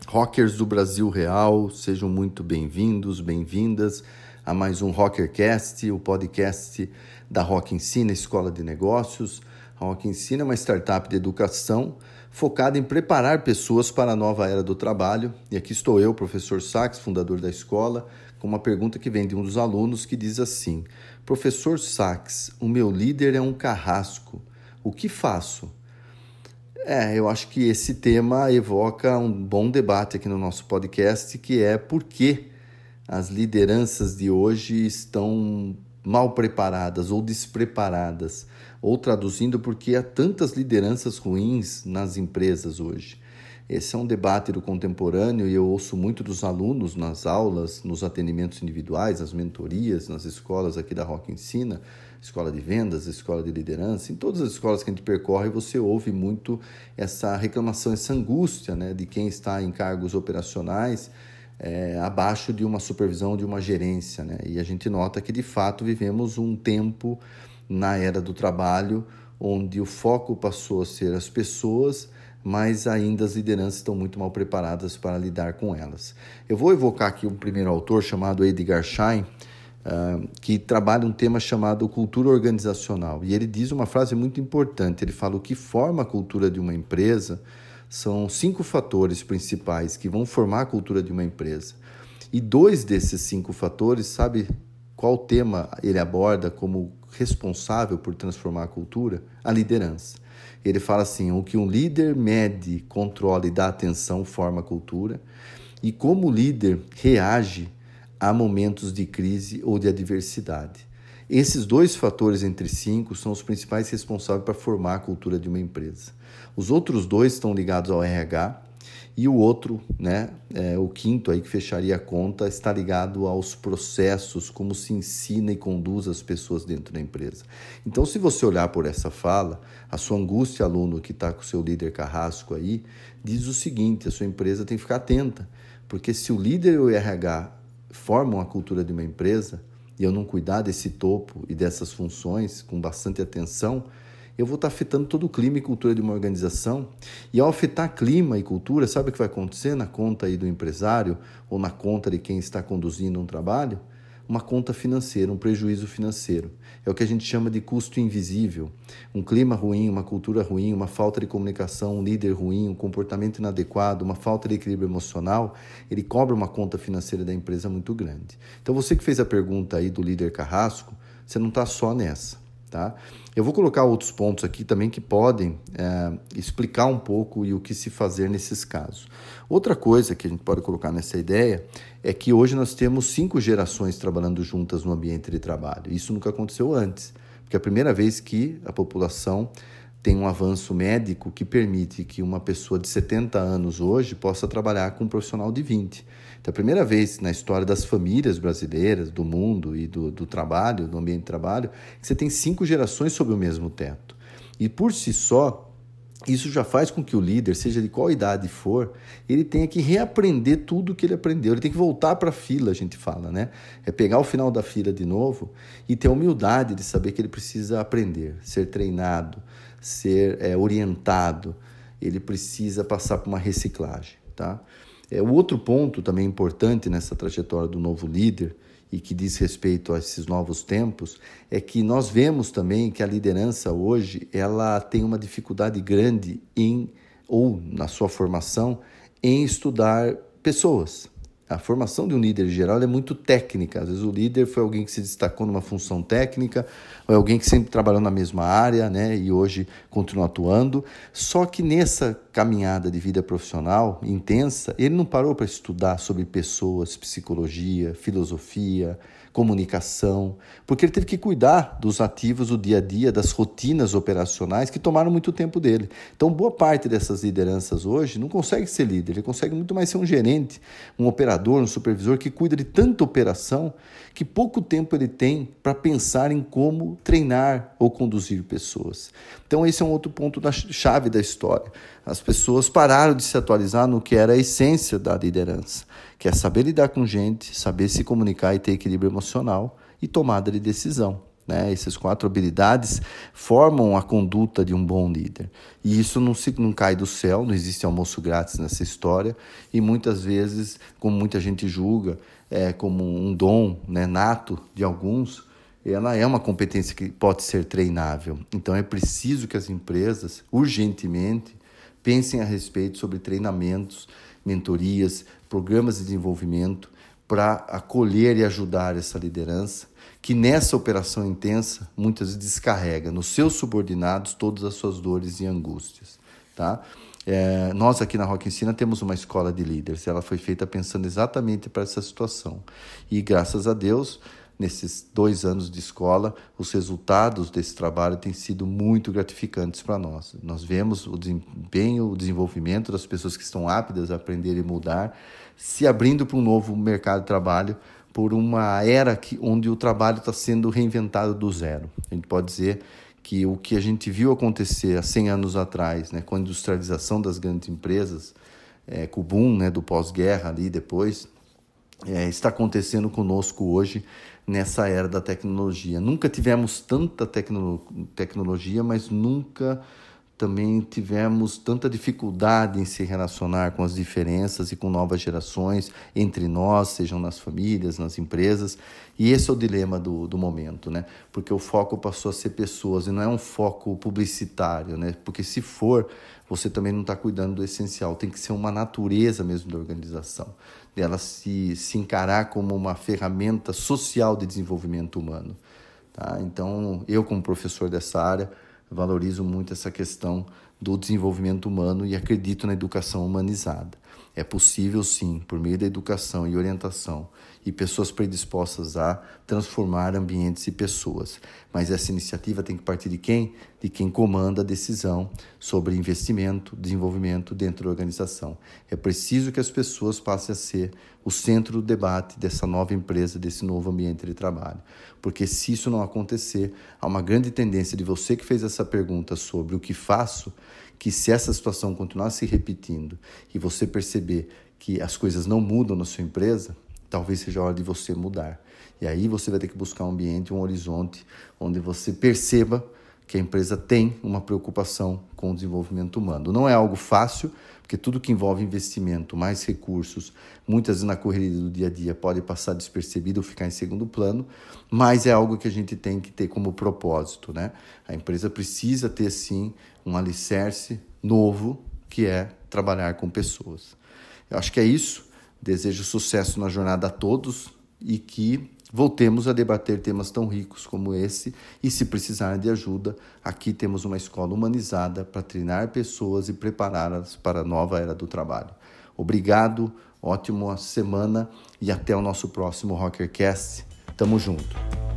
Rockers do Brasil Real, sejam muito bem-vindos, bem-vindas a mais um Rockercast, o podcast da Rock Ensina, Escola de Negócios. A Rock Ensina é uma startup de educação focada em preparar pessoas para a nova era do trabalho. E aqui estou eu, professor Sachs, fundador da escola, com uma pergunta que vem de um dos alunos que diz assim: Professor Sachs, o meu líder é um carrasco, o que faço? Eu acho que esse tema evoca um bom debate aqui no nosso podcast, que é por que as lideranças de hoje estão mal preparadas ou despreparadas, ou traduzindo, porque há tantas lideranças ruins nas empresas hoje. Esse é um debate do contemporâneo e eu ouço muito dos alunos nas aulas, nos atendimentos individuais, nas mentorias, nas escolas aqui da Rock Ensina, escola de vendas, escola de liderança, em todas as escolas que a gente percorre, você ouve muito essa reclamação, essa angústia, né, de quem está em cargos operacionais abaixo de uma supervisão, de uma gerência, né? E a gente nota que, de fato, vivemos um tempo na era do trabalho onde o foco passou a ser as pessoas, mas ainda as lideranças estão muito mal preparadas para lidar com elas. Eu vou evocar aqui um primeiro autor chamado Edgar Schein, que trabalha um tema chamado cultura organizacional. E ele diz uma frase muito importante, ele fala: o que forma a cultura de uma empresa são 5 fatores principais que vão formar a cultura de uma empresa. E 2 desses 5 fatores, sabe qual tema ele aborda como responsável por transformar a cultura? A liderança. Ele fala assim: o que um líder mede, controla e dá atenção forma a cultura, e como o líder reage a momentos de crise ou de adversidade. Esses 2 fatores entre 5 são os principais responsáveis para formar a cultura de uma empresa. Os outros 2 estão ligados ao RH e o outro, o quinto aí que fecharia a conta, está ligado aos processos, como se ensina e conduz as pessoas dentro da empresa. Então, se você olhar por essa fala, a sua angústia, aluno que está com o seu líder carrasco aí, diz o seguinte: a sua empresa tem que ficar atenta, porque se o líder e o RH formam a cultura de uma empresa e eu não cuidar desse topo e dessas funções com bastante atenção, eu vou estar afetando todo o clima e cultura de uma organização. E ao afetar clima e cultura, sabe o que vai acontecer na conta aí do empresário ou na conta de quem está conduzindo um trabalho? Uma conta financeira, um prejuízo financeiro. É o que a gente chama de custo invisível. Um clima ruim, uma cultura ruim, uma falta de comunicação, um líder ruim, um comportamento inadequado, uma falta de equilíbrio emocional, ele cobra uma conta financeira da empresa muito grande. Então, você que fez a pergunta aí do líder carrasco, você não está só nessa, tá? Eu vou colocar outros pontos aqui também que podem explicar um pouco e o que se fazer nesses casos. Outra coisa que a gente pode colocar nessa ideia é que hoje nós temos 5 gerações trabalhando juntas no ambiente de trabalho. Isso nunca aconteceu antes, porque é a primeira vez que a população tem um avanço médico que permite que uma pessoa de 70 anos hoje possa trabalhar com um profissional de 20. Então, é a primeira vez na história das famílias brasileiras, do mundo e do trabalho, do ambiente de trabalho, que você tem 5 gerações sob o mesmo teto. E por si só, isso já faz com que o líder, seja de qual idade for, ele tenha que reaprender tudo o que ele aprendeu. Ele tem que voltar para a fila, a gente fala, né? É pegar o final da fila de novo e ter a humildade de saber que ele precisa aprender, ser treinado, ser orientado. Ele precisa passar por uma reciclagem, tá? O outro ponto também importante nessa trajetória do novo líder e que diz respeito a esses novos tempos é que nós vemos também que a liderança hoje ela tem uma dificuldade grande na sua formação em estudar pessoas. A formação de um líder em geral é muito técnica. Às vezes o líder foi alguém que se destacou numa função técnica, ou é alguém que sempre trabalhou na mesma área, né, e hoje continua atuando. Só que nessa caminhada de vida profissional intensa, ele não parou para estudar sobre pessoas, psicologia, filosofia, comunicação, porque ele teve que cuidar dos ativos do dia a dia, das rotinas operacionais que tomaram muito tempo dele. Então, boa parte dessas lideranças hoje não consegue ser líder, ele consegue muito mais ser um gerente, um operador, um supervisor que cuida de tanta operação que pouco tempo ele tem para pensar em como treinar ou conduzir pessoas. Então, esse é um outro ponto da chave da história. As pessoas pararam de se atualizar no que era a essência da liderança, que é saber lidar com gente, saber se comunicar e ter equilíbrio emocional e tomada de decisão, né? Essas 4 habilidades formam a conduta de um bom líder. E isso não cai do céu, não existe almoço grátis nessa história. E muitas vezes, como muita gente julga, como um dom, né, nato de alguns, ela é uma competência que pode ser treinável. Então é preciso que as empresas, urgentemente, pensem a respeito sobre treinamentos, mentorias, programas de desenvolvimento para acolher e ajudar essa liderança, que nessa operação intensa, muitas vezes descarrega nos seus subordinados todas as suas dores e angústias. Tá? Nós aqui na Rock Ensina temos uma escola de líderes, ela foi feita pensando exatamente para essa situação. E graças a Deus, nesses 2 anos de escola, os resultados desse trabalho têm sido muito gratificantes para nós. Nós vemos o desempenho, o desenvolvimento das pessoas que estão aptas a aprender e mudar, se abrindo para um novo mercado de trabalho, por uma era onde o trabalho está sendo reinventado do zero. A gente pode dizer que o que a gente viu acontecer há 100 anos atrás, né, com a industrialização das grandes empresas, com o boom, né, do pós-guerra ali depois, está acontecendo conosco hoje nessa era da tecnologia. Nunca tivemos tanta tecnologia, mas nunca também tivemos tanta dificuldade em se relacionar com as diferenças e com novas gerações entre nós, sejam nas famílias, nas empresas. E esse é o dilema do momento, né? Porque o foco passou a ser pessoas e não é um foco publicitário, né? Porque se for, você também não está cuidando do essencial. Tem que ser uma natureza mesmo da organização, dela se encarar como uma ferramenta social de desenvolvimento humano. Tá? Então, eu como professor dessa área, valorizo muito essa questão do desenvolvimento humano e acredito na educação humanizada. É possível, sim, por meio da educação e orientação e pessoas predispostas a transformar ambientes e pessoas. Mas essa iniciativa tem que partir de quem? De quem comanda a decisão sobre investimento, desenvolvimento dentro da organização. É preciso que as pessoas passem a ser o centro do debate dessa nova empresa, desse novo ambiente de trabalho. Porque se isso não acontecer, há uma grande tendência de você que fez essa pergunta sobre o que faço, que se essa situação continuar se repetindo e você perceber que as coisas não mudam na sua empresa, talvez seja a hora de você mudar. E aí você vai ter que buscar um ambiente, um horizonte, onde você perceba que a empresa tem uma preocupação com o desenvolvimento humano. Não é algo fácil, porque tudo que envolve investimento, mais recursos, muitas vezes na correria do dia a dia pode passar despercebido ou ficar em segundo plano, mas é algo que a gente tem que ter como propósito, né? A empresa precisa ter, sim, um alicerce novo, que é trabalhar com pessoas. Eu acho que é isso. Desejo sucesso na jornada a todos e que voltemos a debater temas tão ricos como esse e, se precisarem de ajuda, aqui temos uma escola humanizada para treinar pessoas e prepará-las para a nova era do trabalho. Obrigado, ótima semana e até o nosso próximo Rockercast. Tamo junto!